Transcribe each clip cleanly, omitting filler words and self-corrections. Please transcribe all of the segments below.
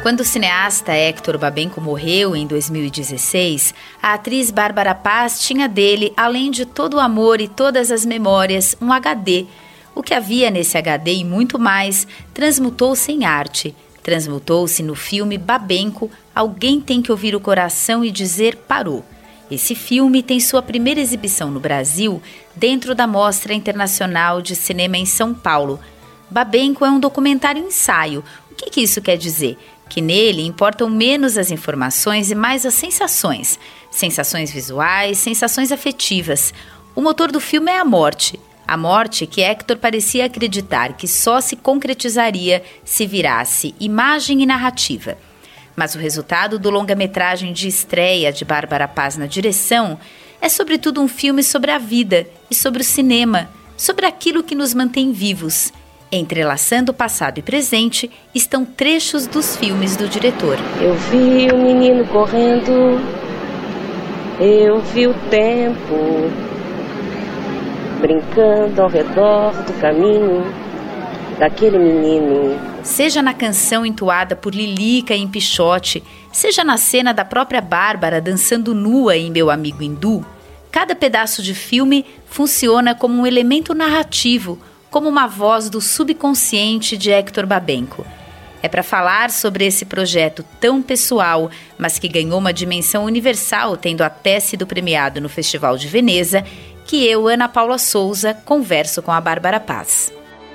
Quando o cineasta Héctor Babenco morreu em 2016, a atriz Bárbara Paz tinha dele, além de todo o amor e todas as memórias, um HD. O que havia nesse HD e muito mais transmutou-se em arte. Transmutou-se no filme Babenco, Alguém Tem que Ouvir o Coração e Dizer Parou. Esse filme tem sua primeira exibição no Brasil dentro da Mostra Internacional de Cinema em São Paulo. Babenco é um documentário-ensaio. O que isso quer dizer? Que nele importam menos as informações e mais as sensações. Sensações visuais, sensações afetivas. O motor do filme é a morte. A morte que Héctor parecia acreditar que só se concretizaria se virasse imagem e narrativa. Mas o resultado do longa-metragem de estreia de Bárbara Paz na direção é sobretudo um filme sobre a vida e sobre o cinema, sobre aquilo que nos mantém vivos. Entrelaçando passado e presente estão trechos dos filmes do diretor. Eu vi o menino correndo, eu vi o tempo brincando ao redor do caminho daquele menino. Seja na canção entoada por Lilica em Pixote, seja na cena da própria Bárbara dançando nua em Meu Amigo Hindu, cada pedaço de filme funciona como um elemento narrativo, como uma voz do subconsciente de Héctor Babenco. É para falar sobre esse projeto tão pessoal, mas que ganhou uma dimensão universal, tendo até sido premiado no Festival de Veneza, que eu, Ana Paula Souza, converso com a Bárbara Paz.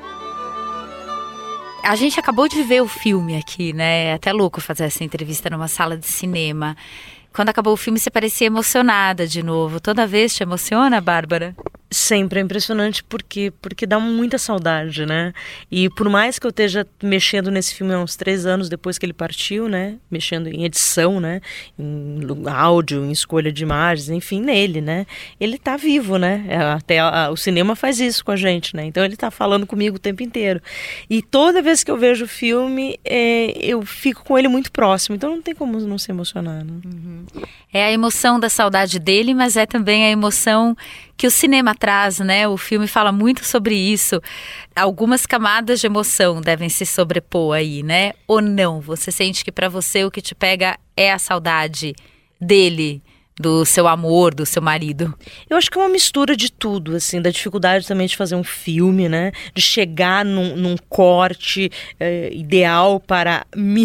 A gente acabou de ver o filme aqui, né? É até louco fazer essa entrevista numa sala de cinema. Quando acabou o filme, você parecia emocionada de novo. Toda vez te emociona, Bárbara? Sempre é impressionante porque dá muita saudade, né? E por mais que eu esteja mexendo nesse filme há uns 3 anos depois que ele partiu, né? Mexendo em edição, né? Em áudio, em escolha de imagens, enfim, nele, né? Ele tá vivo, né? Até o cinema faz isso com a gente, né? Então ele tá falando comigo o tempo inteiro. E toda vez que eu vejo o filme, eu fico com ele muito próximo. Então não tem como não se emocionar, né? Uhum. É a emoção da saudade dele, mas é também a emoção que o cinema traz, né? O filme fala muito sobre isso. Algumas camadas de emoção devem se sobrepor aí, né? Ou não? Você sente que para você o que te pega é a saudade dele, do seu amor, do seu marido? Eu acho que é uma mistura de tudo, assim, da dificuldade também de fazer um filme, né? De chegar num corte ideal para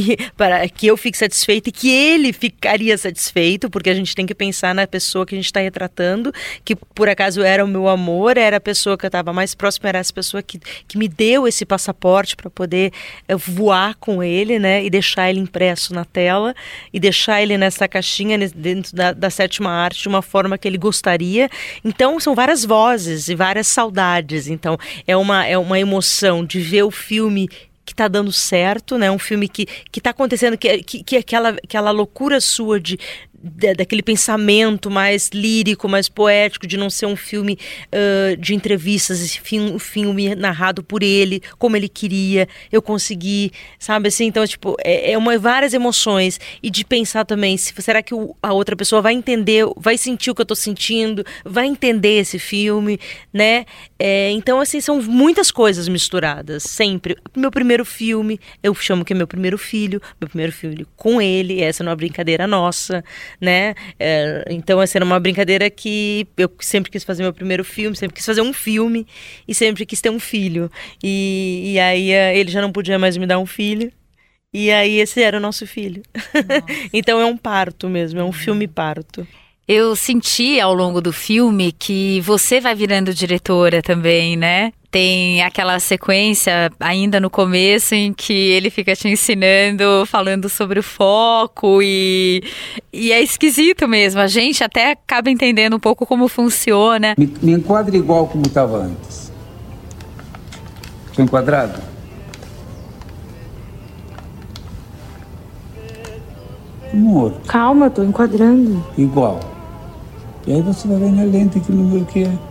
que eu fique satisfeita e que ele ficaria satisfeito, porque a gente tem que pensar na pessoa que a gente está retratando, que por acaso era o meu amor, era a pessoa que eu estava mais próxima, era essa pessoa que me deu esse passaporte para poder voar com ele, né? E deixar ele impresso na tela, e deixar ele nessa caixinha dentro da sétima arte de uma forma que ele gostaria. Então são várias vozes e várias saudades. Então é uma emoção de ver o filme que está dando certo, né? Um filme que está acontecendo, que aquela loucura sua daquele pensamento mais lírico, mais poético, de não ser um filme de entrevistas, esse filme narrado por ele, como ele queria, eu consegui, sabe assim? Então, tipo, várias emoções, e de pensar também, será que a outra pessoa vai entender, vai sentir o que eu tô sentindo, vai entender esse filme, né? Então, assim, são muitas coisas misturadas, sempre. Meu primeiro filme, eu chamo que é meu primeiro filho com ele, essa não é uma brincadeira nossa, né? Então, essa era uma brincadeira que eu sempre quis fazer meu primeiro filme, sempre quis fazer um filme e sempre quis ter um filho. E aí ele já não podia mais me dar um filho. E aí esse era o nosso filho. Então é um parto mesmo, é um filme parto. Eu senti ao longo do filme que você vai virando diretora também, né? Tem aquela sequência ainda no começo em que ele fica te ensinando, falando sobre o foco e é esquisito mesmo. A gente até acaba entendendo um pouco como funciona. Me enquadra igual como estava antes. Estou enquadrado? Amor. Calma, eu tô enquadrando. Igual. E aí você vai ver na lente que número que é.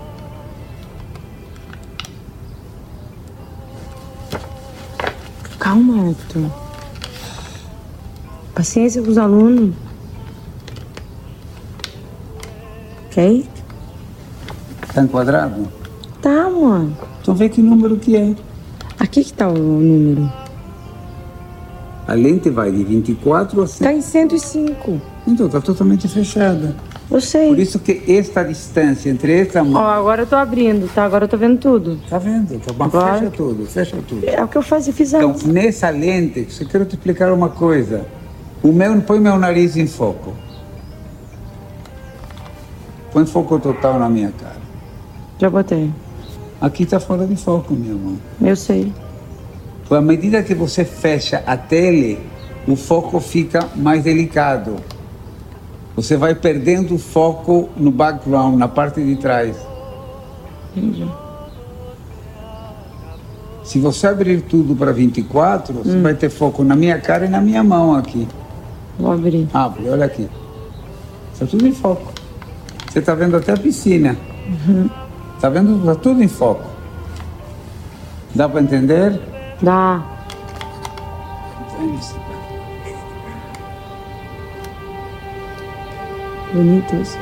Calma, Héctor. Paciência com os alunos. Ok? Tá enquadrado? Tá, mano. Então vê que número que é. Aqui que tá o número. A lente vai de 24 a 100. Tá em 105. Então, está totalmente fechada. Eu sei. Por isso que esta distância entre esta mão... Ó, agora eu tô abrindo, tá? Agora eu tô vendo tudo. Tá vendo? Tá bom. Agora... Fecha tudo, fecha tudo. É o que eu fiz Então, antes. nessa lente, eu quero te explicar uma coisa. Põe meu nariz em foco. Põe foco total na minha cara. Já botei. Aqui está fora de foco, minha mão. Eu sei. À medida que você fecha a tele, o foco fica mais delicado. Você vai perdendo o foco no background, na parte de trás. Entendi. Se você abrir tudo para 24, você vai ter foco na minha cara e na minha mão aqui. Vou abrir. Abre, olha aqui. Está tudo em foco. Você está vendo até a piscina. Está vendo? Está tudo em foco. Dá para entender? Dá. Bonito isso.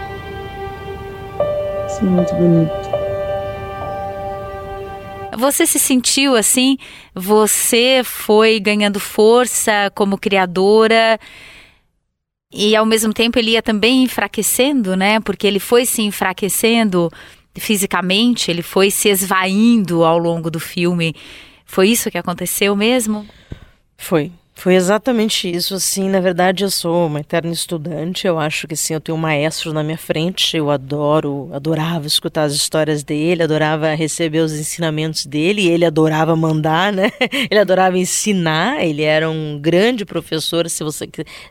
Isso é muito bonito. Você se sentiu assim? Você foi ganhando força como criadora e ao mesmo tempo ele ia também enfraquecendo, né? Porque ele foi se enfraquecendo fisicamente, ele foi se esvaindo ao longo do filme. Foi isso que aconteceu mesmo? Foi exatamente isso, assim, na verdade eu sou uma eterna estudante, eu acho que assim, eu tenho um maestro na minha frente, eu adorava escutar as histórias dele, adorava receber os ensinamentos dele, e ele adorava mandar, né, ele adorava ensinar, ele era um grande professor, se você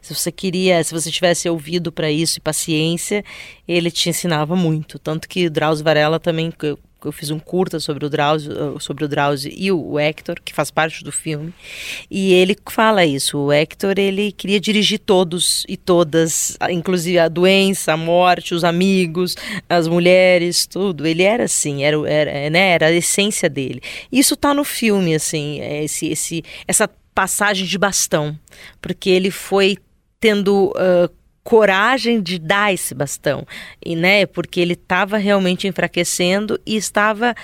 tivesse ouvido para isso e paciência, ele te ensinava muito, tanto que o Drauzio Varela também... Eu fiz um curta sobre o Drauzio e o Hector, que faz parte do filme, e ele fala isso, o Hector, ele queria dirigir todos e todas, inclusive a doença, a morte, os amigos, as mulheres, tudo, ele era assim, era a essência dele. Isso tá no filme, assim, essa passagem de bastão, porque ele foi tendo... coragem de dar esse bastão, e, né, porque ele estava realmente enfraquecendo e estava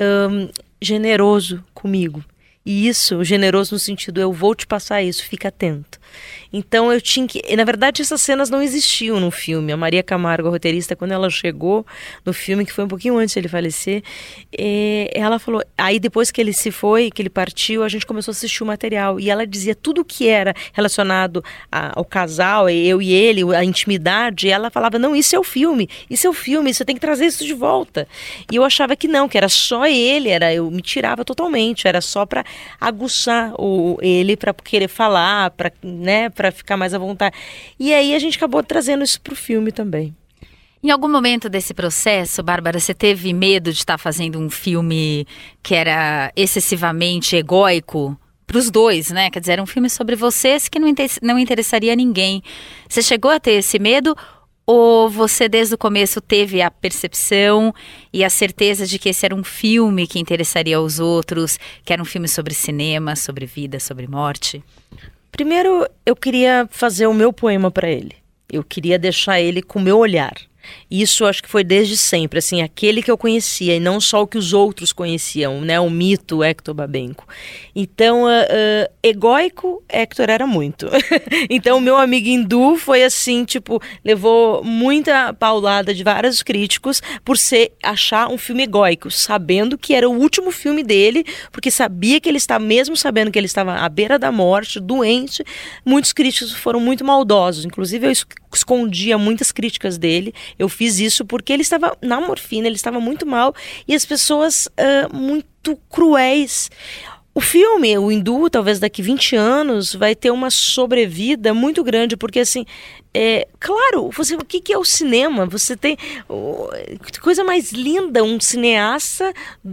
generoso comigo. E isso, generoso no sentido, eu vou te passar isso, fica atento. Então eu tinha que... Na verdade, essas cenas não existiam no filme. A Maria Camargo, a roteirista, quando ela chegou no filme, que foi um pouquinho antes de ele falecer, ela falou... Aí depois que ele se foi, que ele partiu, a gente começou a assistir o material. E ela dizia tudo que era relacionado ao casal, eu e ele, a intimidade. E ela falava, não, isso é o filme, você tem que trazer isso de volta. E eu achava que não, que era só ele, eu me tirava totalmente, era só para aguçar ele, para querer falar, para, né, para ficar mais à vontade. E aí a gente acabou trazendo isso pro filme também. Em algum momento desse processo, Bárbara, você teve medo de estar fazendo um filme que era excessivamente egóico para os dois, né? Quer dizer, era um filme sobre vocês que não interessaria a ninguém. Você chegou a ter esse medo ou você desde o começo teve a percepção e a certeza de que esse era um filme que interessaria aos outros, que era um filme sobre cinema, sobre vida, sobre morte? Primeiro, eu queria fazer o meu poema para ele. Eu queria deixar ele com o meu olhar. Isso acho que foi desde sempre, assim, aquele que eu conhecia e não só o que os outros conheciam, né, o mito Hector Babenco. Então, egóico, Hector era muito. Então, o meu amigo hindu foi assim, tipo, levou muita paulada de vários críticos por achar um filme egóico, sabendo que era o último filme dele, porque sabia que ele estava, mesmo sabendo que ele estava à beira da morte, doente, muitos críticos foram muito maldosos, inclusive eu escondia muitas críticas dele. Eu fiz isso porque ele estava na morfina, ele estava muito mal e as pessoas muito cruéis. O filme, o hindu, talvez daqui 20 anos, vai ter uma sobrevida muito grande, porque assim, claro, o que é o cinema? Você tem coisa mais linda, um cineasta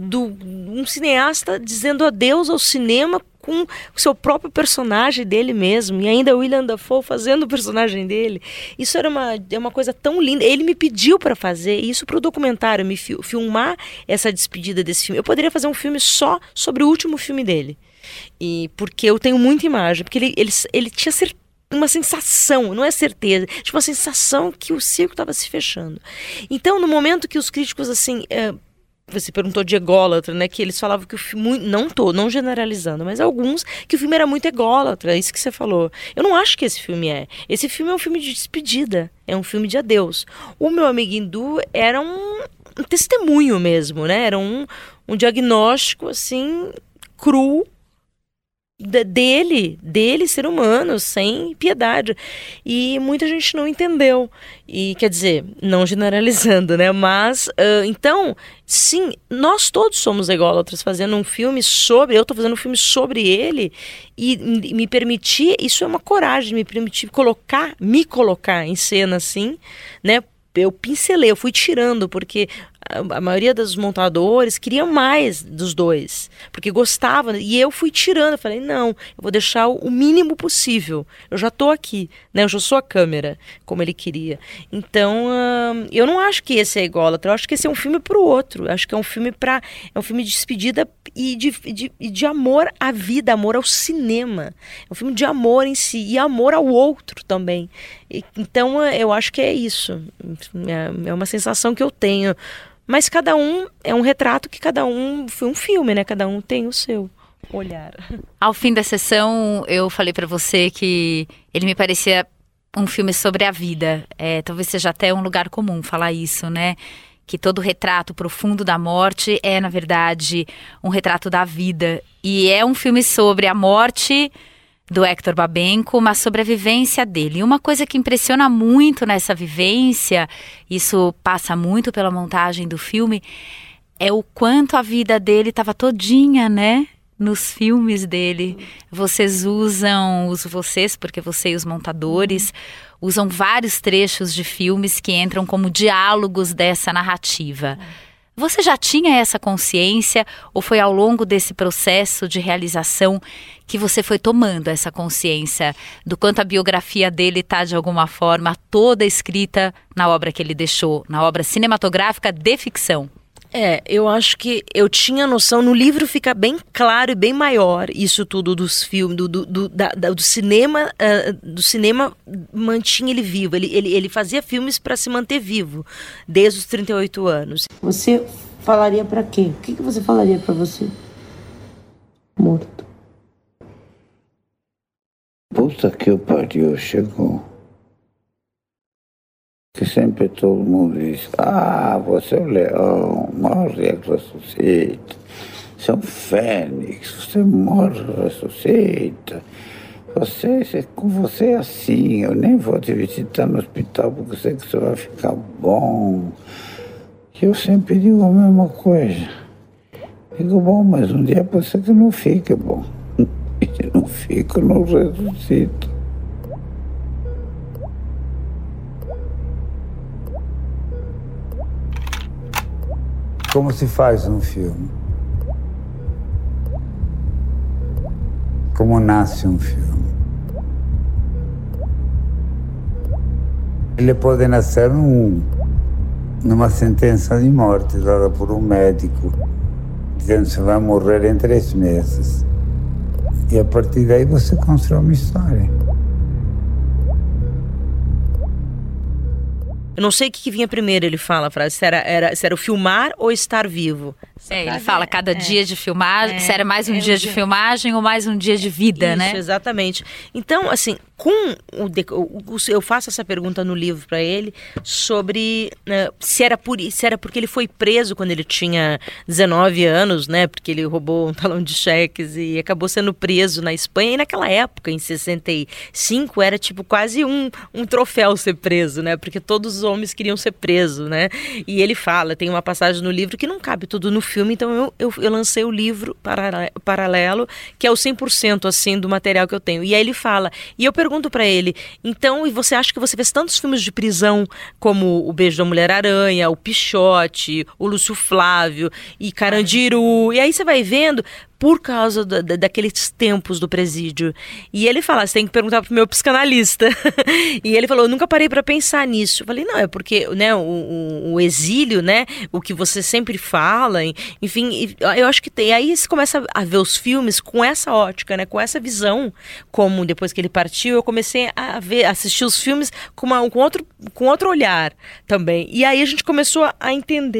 dizendo adeus ao cinema com o seu próprio personagem dele mesmo, e ainda o William Dafoe fazendo o personagem dele. Isso era uma coisa tão linda. Ele me pediu para fazer isso para o documentário, filmar essa despedida desse filme. Eu poderia fazer um filme só sobre o último filme dele, porque eu tenho muita imagem, porque ele tinha uma sensação, não é certeza, tipo uma sensação que o circo estava se fechando. Então, no momento que os críticos assim você perguntou de ególatra, né? Que eles falavam que o filme, não generalizando, mas alguns, que o filme era muito ególatra, é isso que você falou. Eu não acho que esse filme é. Esse filme é um filme de despedida, é um filme de adeus. O Meu Amigo Hindu era um testemunho mesmo, né? Era um diagnóstico, assim, cru, dele, ser humano, sem piedade. E muita gente não entendeu. E, quer dizer, não generalizando, né? Mas, então, sim, nós todos somos ególatras fazendo um filme sobre... Eu tô fazendo um filme sobre ele e me permitir... Isso é uma coragem, me permitir me colocar em cena, assim, né? Eu pincelei, eu fui tirando, porque a maioria dos montadores queria mais dos dois, porque gostava, e eu fui tirando, eu falei, não, eu vou deixar o mínimo possível, eu já tô aqui, né, eu já sou a câmera, como ele queria. Então, eu não acho que esse é ególatra, eu acho que esse é um filme pro outro, eu acho que é um filme de despedida e de amor à vida, amor ao cinema, é um filme de amor em si, e amor ao outro também. Então, eu acho que é isso, é uma sensação que eu tenho. Mas cada um é um retrato que cada um foi um filme, né? Cada um tem o seu olhar. Ao fim da sessão, eu falei pra você que ele me parecia um filme sobre a vida. Talvez seja até um lugar comum falar isso, né? Que todo retrato profundo da morte é, na verdade, um retrato da vida. E é um filme sobre a morte do Hector Babenco, mas sobre a vivência dele. E uma coisa que impressiona muito nessa vivência, isso passa muito pela montagem do filme, é o quanto a vida dele estava todinha, né? Nos filmes dele. Vocês, porque você e os montadores, usam vários trechos de filmes que entram como diálogos dessa narrativa. Você já tinha essa consciência ou foi ao longo desse processo de realização que você foi tomando essa consciência do quanto a biografia dele está, de alguma forma, toda escrita na obra que ele deixou, na obra cinematográfica de ficção? Eu acho que eu tinha noção, no livro fica bem claro e bem maior isso tudo dos filmes, do cinema, mantinha ele vivo, ele fazia filmes para se manter vivo, desde os 38 anos. Você falaria pra quê? O que você falaria pra você? Morto. Puta que o pariu, chegou. Que sempre todo mundo diz, você é o leão, morre e ressuscita. Você é um fênix, você morre e ressuscita. Com você é assim, eu nem vou te visitar no hospital porque eu sei que você vai ficar bom. E eu sempre digo a mesma coisa. Digo, bom, mas um dia pode ser que não fique bom. E se não fica, eu não ressuscito. Como se faz um filme? Como nasce um filme? Ele pode nascer numa sentença de morte dada por um médico, dizendo que você vai morrer em 3 meses. E a partir daí você constrói uma história. Eu não sei o que vinha primeiro, ele fala a frase, se era o filmar ou estar vivo. Ele fala cada dia de filmagem, se era mais um dia de filmagem ou mais um dia de vida, isso, né? Exatamente. Então, assim, eu faço essa pergunta no livro para ele sobre se era porque ele foi preso quando ele tinha 19 anos, né? Porque ele roubou um talão de cheques e acabou sendo preso na Espanha. E naquela época, em 65, era tipo quase um troféu ser preso, né? Porque todos os homens queriam ser presos, né? E ele fala, tem uma passagem no livro que não cabe tudo no filme, então eu lancei o livro paralelo, que é o 100% assim do material que eu tenho. E aí ele fala, e eu pergunto pra ele, então, e você acha que você fez tantos filmes de prisão como O Beijo da Mulher-Aranha, O Pichote, O Lúcio Flávio e Carandiru, e aí você vai vendo por causa daqueles tempos do presídio. E ele fala, você tem que perguntar pro meu psicanalista. E ele falou, eu nunca parei para pensar nisso. Eu falei, não, é porque, né, o exílio, né, o que você sempre fala, enfim, eu acho que tem. Aí você começa a ver os filmes com essa ótica, né, com essa visão, como depois que ele partiu, eu comecei a assistir os filmes com outro olhar também. E aí a gente começou a entender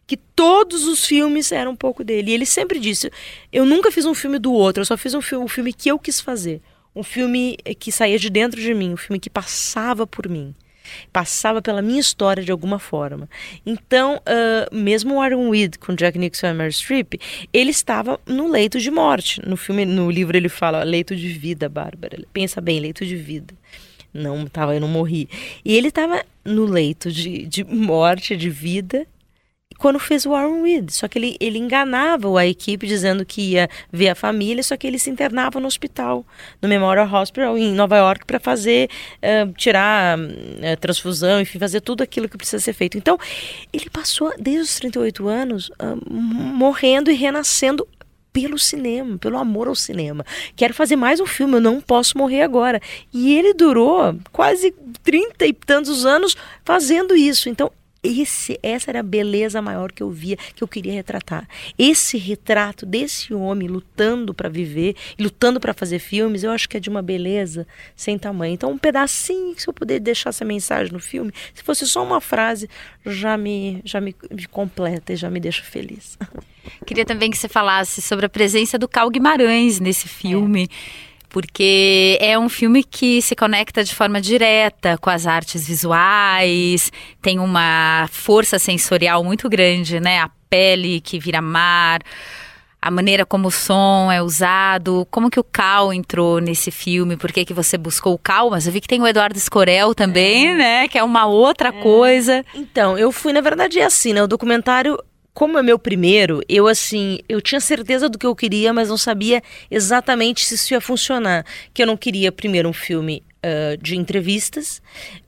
que todos os filmes eram um pouco dele. E ele sempre disse, eu nunca fiz um filme do outro, eu só fiz um filme que eu quis fazer. Um filme que saía de dentro de mim, um filme que passava por mim. Passava pela minha história de alguma forma. Então, mesmo o Aaron Weed com Jack Nicholson e Meryl Streep, ele estava no leito de morte. No livro ele fala, leito de vida, Bárbara. Pensa bem, leito de vida. Eu não morri. E ele estava no leito de morte, de vida, quando fez o Aaron Weed. Só que ele enganava a equipe dizendo que ia ver a família, só que ele se internava no hospital, no Memorial Hospital em Nova York, para fazer, tirar transfusão, enfim, fazer tudo aquilo que precisa ser feito. Então, ele passou desde os 38 anos morrendo e renascendo pelo cinema, pelo amor ao cinema. Quero fazer mais um filme, eu não posso morrer agora. E ele durou quase 30 e tantos anos fazendo isso. Então, essa era a beleza maior que eu via, que eu queria retratar. Esse retrato desse homem lutando para viver, lutando para fazer filmes, eu acho que é de uma beleza sem tamanho. Então, um pedacinho, se eu puder deixar essa mensagem no filme, se fosse só uma frase, já me completa e já me deixa feliz. Queria também que você falasse sobre a presença do Carl Guimarães nesse filme. Porque é um filme que se conecta de forma direta com as artes visuais, tem uma força sensorial muito grande, né? A pele que vira mar, a maneira como o som é usado. Como que o Carl entrou nesse filme? Por que você buscou o Carl? Mas eu vi que tem o Eduardo Escorel também, né? Que é uma outra coisa. Então, eu fui, na verdade, assim, né? O documentário... Como é meu primeiro, eu tinha certeza do que eu queria, mas não sabia exatamente se isso ia funcionar. Que eu não queria, primeiro, um filme de entrevistas,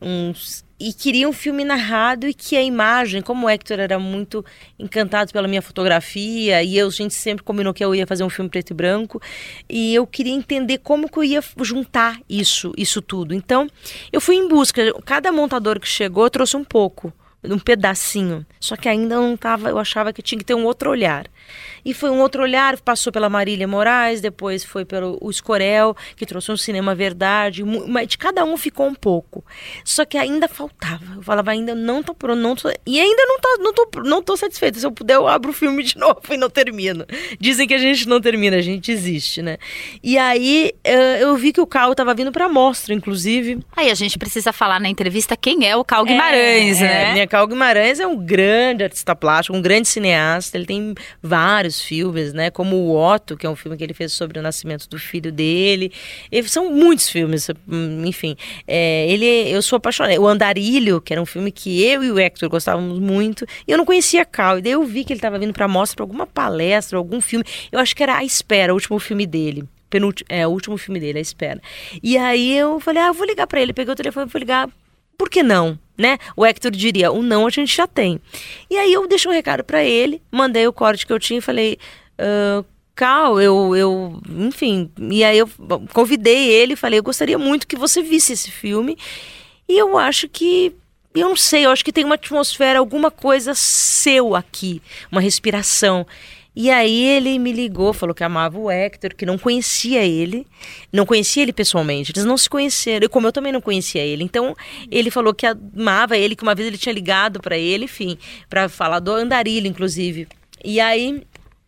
e queria um filme narrado e que a imagem, como o Hector era muito encantado pela minha fotografia, e a gente sempre combinou que eu ia fazer um filme preto e branco, e eu queria entender como que eu ia juntar isso tudo. Então, eu fui em busca, cada montador que chegou trouxe um pouco, um pedacinho, só que ainda não estava, eu achava que tinha que ter um outro olhar. E foi um outro olhar, passou pela Marília Moraes, depois foi pelo Escorel, que trouxe um cinema verdade, mas de cada um ficou um pouco. Só que ainda faltava. Eu falava, ainda não tô pronto, e ainda não tô satisfeita. Se eu puder, eu abro o filme de novo e não termino. Dizem que a gente não termina, a gente existe, né? E aí eu vi que o Carl estava vindo para a mostra, inclusive. Aí a gente precisa falar na entrevista quem é o Carl Guimarães, né? Carl Guimarães é um grande artista plástico, um grande cineasta. Ele tem vários filmes, né? Como o Otto, que é um filme que ele fez sobre o nascimento do filho dele. São muitos filmes, enfim. Eu sou apaixonada. O Andarilho, que era um filme que eu e o Hector gostávamos muito. E eu não conhecia Carl. E daí eu vi que ele estava vindo para a mostra, para alguma palestra, algum filme. Eu acho que era A Espera, o último filme dele. O último filme dele, A Espera. E aí eu falei, eu vou ligar para ele. Peguei o telefone e vou ligar. Por que não? Né? O Hector diria, o não a gente já tem. E aí eu deixei um recado para ele, mandei o corte que eu tinha e falei, Carl, enfim, e aí eu convidei ele e falei, eu gostaria muito que você visse esse filme, e eu acho que, eu não sei, eu acho que tem uma atmosfera, alguma coisa seu aqui, uma respiração. E aí ele me ligou, falou que amava o Hector, que não conhecia ele pessoalmente, eles não se conheceram, como eu também não conhecia ele. Então ele falou que amava ele, que uma vez ele tinha ligado para ele, enfim, para falar do Andarilho, inclusive. E aí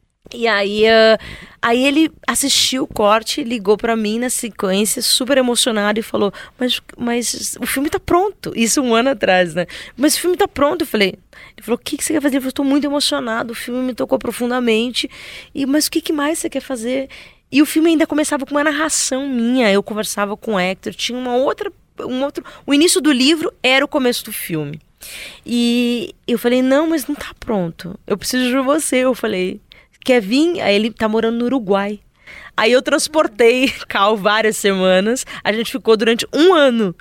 ele assistiu o corte, ligou pra mim na sequência, super emocionado, e falou, mas o filme tá pronto. Isso 1 ano atrás, né? Mas o filme tá pronto. Eu falei, ele falou, o que você quer fazer? Eu falei, estou muito emocionado, o filme me tocou profundamente. Mas o que mais você quer fazer? E o filme ainda começava com uma narração minha, eu conversava com o Hector, tinha o início do livro era o começo do filme. E eu falei, não, mas não tá pronto, eu preciso de você. Eu falei, quer vir? Aí ele tá morando no Uruguai. Aí eu transportei Carl várias semanas. A gente ficou durante 1 ano.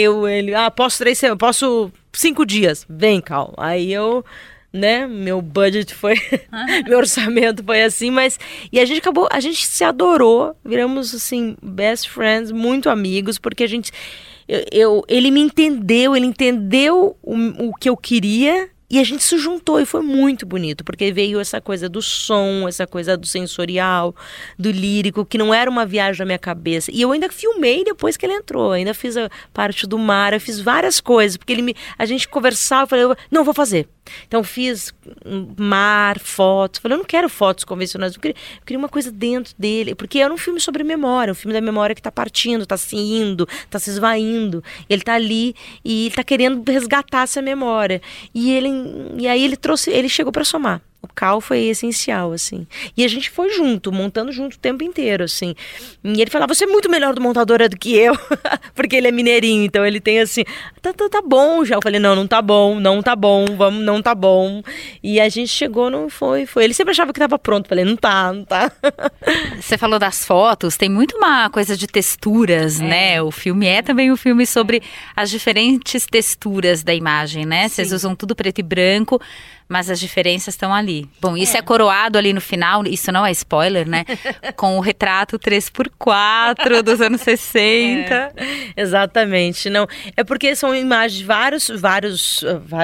Posso 5 dias. Vem, Carl. Aí eu, né, meu budget foi, meu orçamento foi assim, e a gente se adorou, viramos assim, best friends, muito amigos, porque ele me entendeu, ele entendeu o que eu queria. E a gente se juntou e foi muito bonito, porque veio essa coisa do som, essa coisa do sensorial, do lírico, que não era uma viagem na minha cabeça. E eu ainda filmei depois que ele entrou, ainda fiz a parte do mar, eu fiz várias coisas, porque a gente conversava, eu falei, não, vou fazer. Então fiz mar, fotos. Falei, eu não quero fotos convencionais, eu queria uma coisa dentro dele. Porque era um filme sobre memória, um filme da memória que tá partindo, tá se indo, tá se esvaindo. Ele tá ali e ele tá querendo resgatar essa memória. E aí ele chegou para somar. O Cal foi essencial, assim. E a gente foi junto, montando junto o tempo inteiro, assim. E ele falava, você é muito melhor do montadora do que eu. Porque ele é mineirinho, então ele tem assim, tá bom já. Eu falei, não tá bom, não tá bom. E a gente chegou, não foi. Ele sempre achava que tava pronto. Eu falei, não tá. Você falou das fotos, tem muito uma coisa de texturas, né? O filme é também um filme sobre as diferentes texturas da imagem, né? Sim. Vocês usam tudo preto e branco, mas as diferenças estão ali. Bom, isso é coroado ali no final, isso não é spoiler, né? Com o retrato 3x4 dos anos 60. Exatamente. Não, é porque são imagens de vários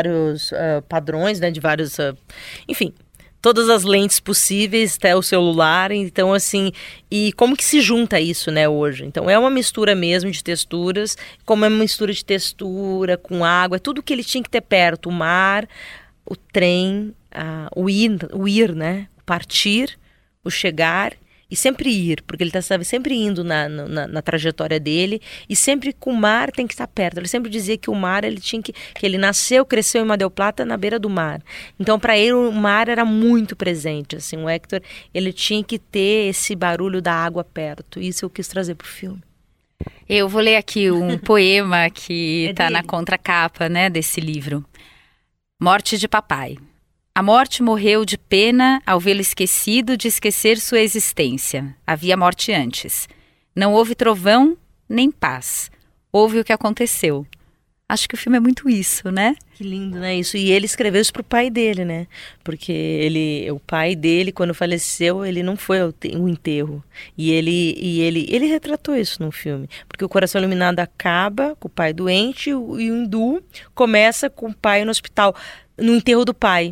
padrões, né? De vários, enfim, todas as lentes possíveis, até o celular. Então, assim, e como que se junta isso, né, hoje? Então, é uma mistura mesmo de texturas, como é uma mistura de textura com água, é tudo que ele tinha que ter perto, o mar, o trem, o ir, né? O partir, o chegar e sempre ir, porque ele estava sempre indo na trajetória dele e sempre com o mar tem que estar perto. Ele sempre dizia que o mar, que ele nasceu, cresceu em Mar del Plata na beira do mar. Então, para ele, o mar era muito presente. Assim, o Héctor, ele tinha que ter esse barulho da água perto. Isso eu quis trazer para o filme. Eu vou ler aqui um poema que está na contracapa, né, desse livro. Morte de papai. A morte morreu de pena ao vê-lo esquecido de esquecer sua existência. Havia morte antes. Não houve trovão nem paz. Houve o que aconteceu. Acho que o filme é muito isso, né? Que lindo, né? Isso. E ele escreveu isso pro pai dele, né? Porque o pai dele, quando faleceu, ele não foi ao enterro. E ele retratou isso no filme. Porque o Coração Iluminado acaba com o pai doente e o Hindu começa com o pai no hospital, no enterro do pai.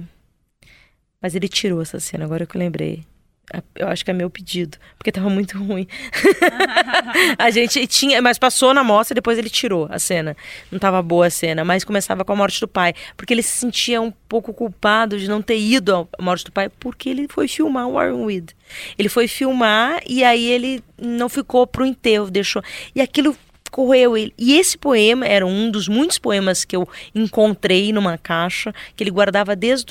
Mas ele tirou essa cena, agora que eu lembrei. Eu acho que é meu pedido, porque tava muito ruim. A gente tinha, mas passou na mostra e depois ele tirou a cena. Não tava boa a cena, mas começava com a morte do pai. Porque ele se sentia um pouco culpado de não ter ido à morte do pai, porque ele foi filmar o Ironwood. Ele foi filmar e aí ele não ficou pro enterro, deixou. E aquilo correu ele. E esse poema era um dos muitos poemas que eu encontrei numa caixa, que ele guardava desde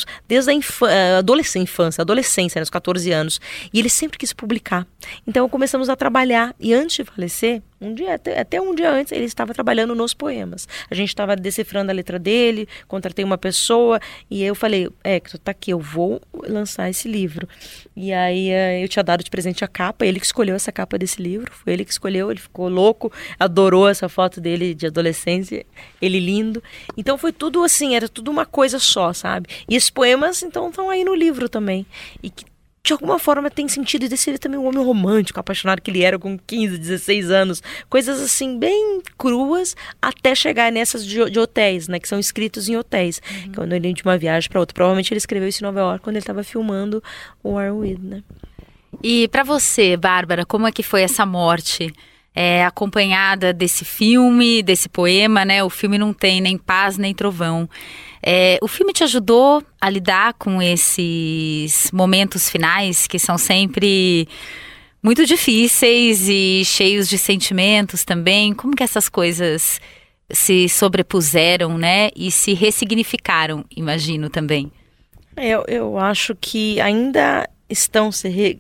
a adolescência, nos 14 anos. E ele sempre quis publicar. Então começamos a trabalhar. E antes de falecer, até um dia antes, ele estava trabalhando nos poemas. A gente estava decifrando a letra dele, contratei uma pessoa, e eu falei, Héctor, tá aqui, eu vou lançar esse livro. E aí eu tinha dado de presente a capa, ele que escolheu essa capa desse livro, foi ele que escolheu, ele ficou louco, adorou essa foto dele de adolescência, ele lindo. Então foi tudo assim, era tudo uma coisa só, sabe? E esses poemas, então, estão aí no livro também. E que de alguma forma tem sentido, e desse ele também um homem romântico, apaixonado que ele era com 15, 16 anos. Coisas assim, bem cruas, até chegar nessas de hotéis, né? Que são escritos em hotéis. Quando ele ia de uma viagem para outra. Provavelmente ele escreveu isso em Nova York, quando ele estava filmando o Ironwood, né? E para você, Bárbara, como é que foi essa morte? Acompanhada desse filme, desse poema, né? O filme não tem nem paz nem trovão. O filme te ajudou a lidar com esses momentos finais que são sempre muito difíceis e cheios de sentimentos também? Como que essas coisas se sobrepuseram, né? E se ressignificaram, imagino também. Eu acho que ainda estão se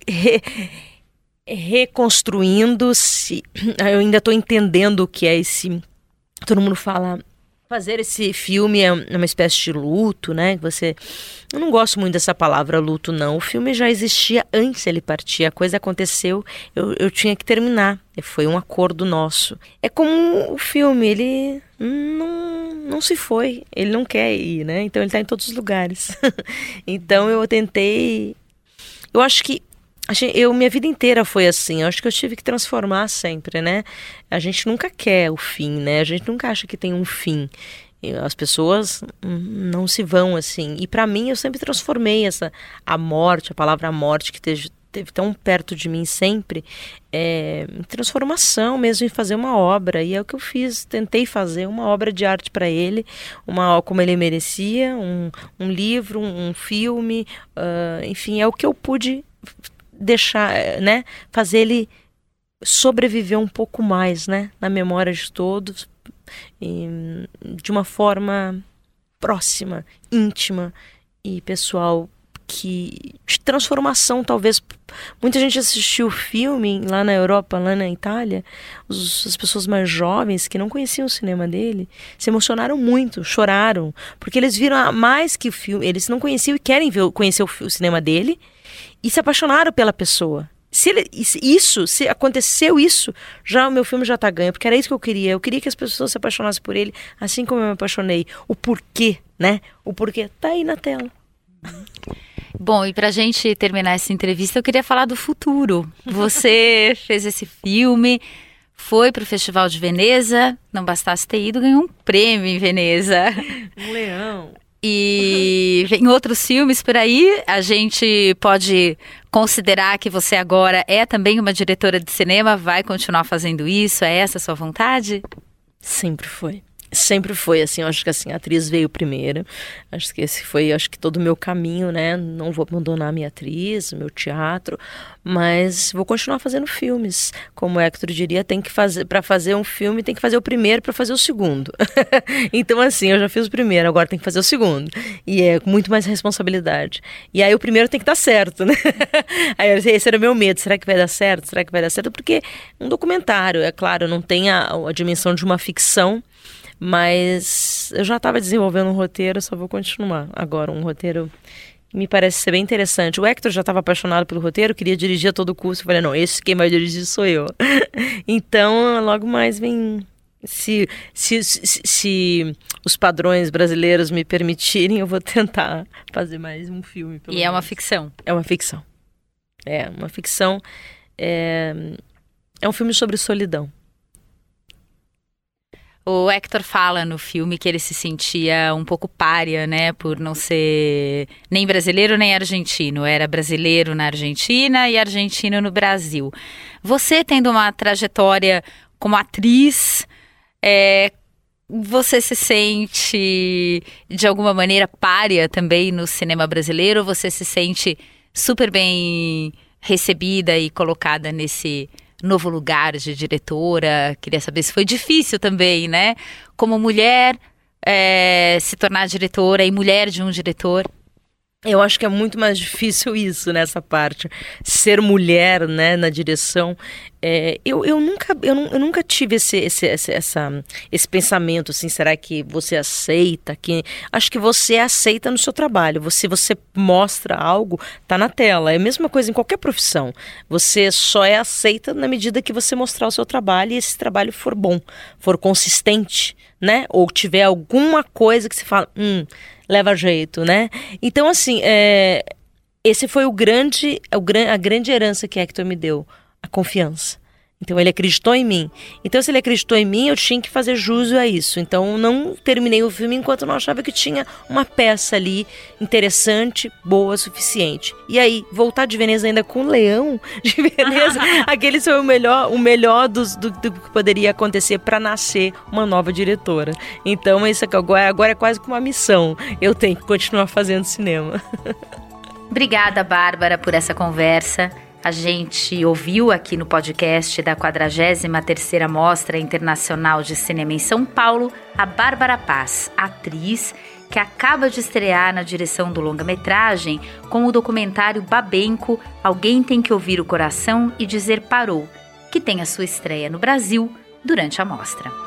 reconstruindo-se. Eu ainda estou entendendo o que é esse... Todo mundo fala... Fazer esse filme é uma espécie de luto, né? Eu não gosto muito dessa palavra luto, não. O filme já existia antes de ele partir. A coisa aconteceu, eu tinha que terminar. Foi um acordo nosso. É como o filme, ele não se foi. Ele não quer ir, né? Então ele está em todos os lugares. Então eu tentei... Eu acho que minha vida inteira foi assim, eu acho que eu tive que transformar sempre, né? A gente nunca quer o fim, né? A gente nunca acha que tem um fim. As pessoas não se vão assim. E para mim eu sempre transformei a palavra morte que esteve tão perto de mim sempre, em transformação mesmo, em fazer uma obra. E é o que eu fiz, tentei fazer uma obra de arte para ele, como ele merecia, um livro, um filme, enfim, é o que eu pude deixar, né, fazer ele sobreviver um pouco mais, né, na memória de todos, de uma forma próxima, íntima e pessoal, de transformação. Talvez muita gente assistiu o filme lá na Europa, lá na Itália, as pessoas mais jovens que não conheciam o cinema dele se emocionaram muito, choraram, porque eles viram mais que o filme, eles não conheciam e querem conhecer o cinema dele e se apaixonaram pela pessoa. Se aconteceu isso, já o meu filme já está ganho, porque era isso que eu queria que as pessoas se apaixonassem por ele, assim como eu me apaixonei. O porquê, né? O porquê tá aí na tela. Bom, e pra gente terminar essa entrevista, eu queria falar do futuro. Você fez esse filme, foi pro Festival de Veneza, não bastasse ter ido, ganhou um prêmio em Veneza. Um leão. E vem outros filmes por aí, a gente pode considerar que você agora é também uma diretora de cinema, vai continuar fazendo isso, é essa a sua vontade? Sempre foi, assim, eu acho que assim, a atriz veio primeiro, acho que esse foi, todo o meu caminho, né, não vou abandonar a minha atriz, o meu teatro, mas vou continuar fazendo filmes, como o Hector diria, para fazer um filme tem que fazer o primeiro para fazer o segundo, então assim, eu já fiz o primeiro, agora tem que fazer o segundo, e é muito mais responsabilidade, e aí o primeiro tem que dar certo, né, aí esse era o meu medo, será que vai dar certo, porque um documentário, é claro, não tem a dimensão de uma ficção, mas eu já estava desenvolvendo um roteiro, só vou continuar agora, um roteiro que me parece ser bem interessante. O Hector já estava apaixonado pelo roteiro, queria dirigir a todo custo, eu falei, não, quem vai dirigir sou eu. Então, logo mais vem, se os padrões brasileiros me permitirem, eu vou tentar fazer mais um filme. E é uma ficção? É uma ficção. É um filme sobre solidão. O Hector fala no filme que ele se sentia um pouco pária, né, por não ser nem brasileiro nem argentino. Era brasileiro na Argentina e argentino no Brasil. Você tendo uma trajetória como atriz, você se sente de alguma maneira pária também no cinema brasileiro? Ou você se sente super bem recebida e colocada nesse novo lugar de diretora? Queria saber se foi difícil também, né? Como mulher, se tornar diretora e mulher de um diretor. Eu acho que é muito mais difícil isso, nessa parte. Ser mulher, né, na direção. Eu nunca tive esse pensamento, assim, será que você aceita? Acho que você aceita no seu trabalho. Se você mostra algo, tá na tela. É a mesma coisa em qualquer profissão. Você só é aceita na medida que você mostrar o seu trabalho e esse trabalho for bom, for consistente, né? Ou tiver alguma coisa que você fala, leva jeito, né? Então, assim, esse foi a grande herança que Hector me deu, a confiança. Então, ele acreditou em mim. Então, se ele acreditou em mim, eu tinha que fazer jus a isso. Então, não terminei o filme enquanto não achava que tinha uma peça ali interessante, boa, suficiente. E aí, voltar de Veneza ainda com o Leão de Veneza, aquele foi o melhor do que poderia acontecer para nascer uma nova diretora. Então, isso agora é quase como uma missão. Eu tenho que continuar fazendo cinema. Obrigada, Bárbara, por essa conversa. A gente ouviu aqui no podcast da 43ª Mostra Internacional de Cinema em São Paulo a Bárbara Paz, atriz que acaba de estrear na direção do longa-metragem com o documentário Babenco, Alguém Tem Que Ouvir o Coração e Dizer Parou, que tem a sua estreia no Brasil durante a mostra.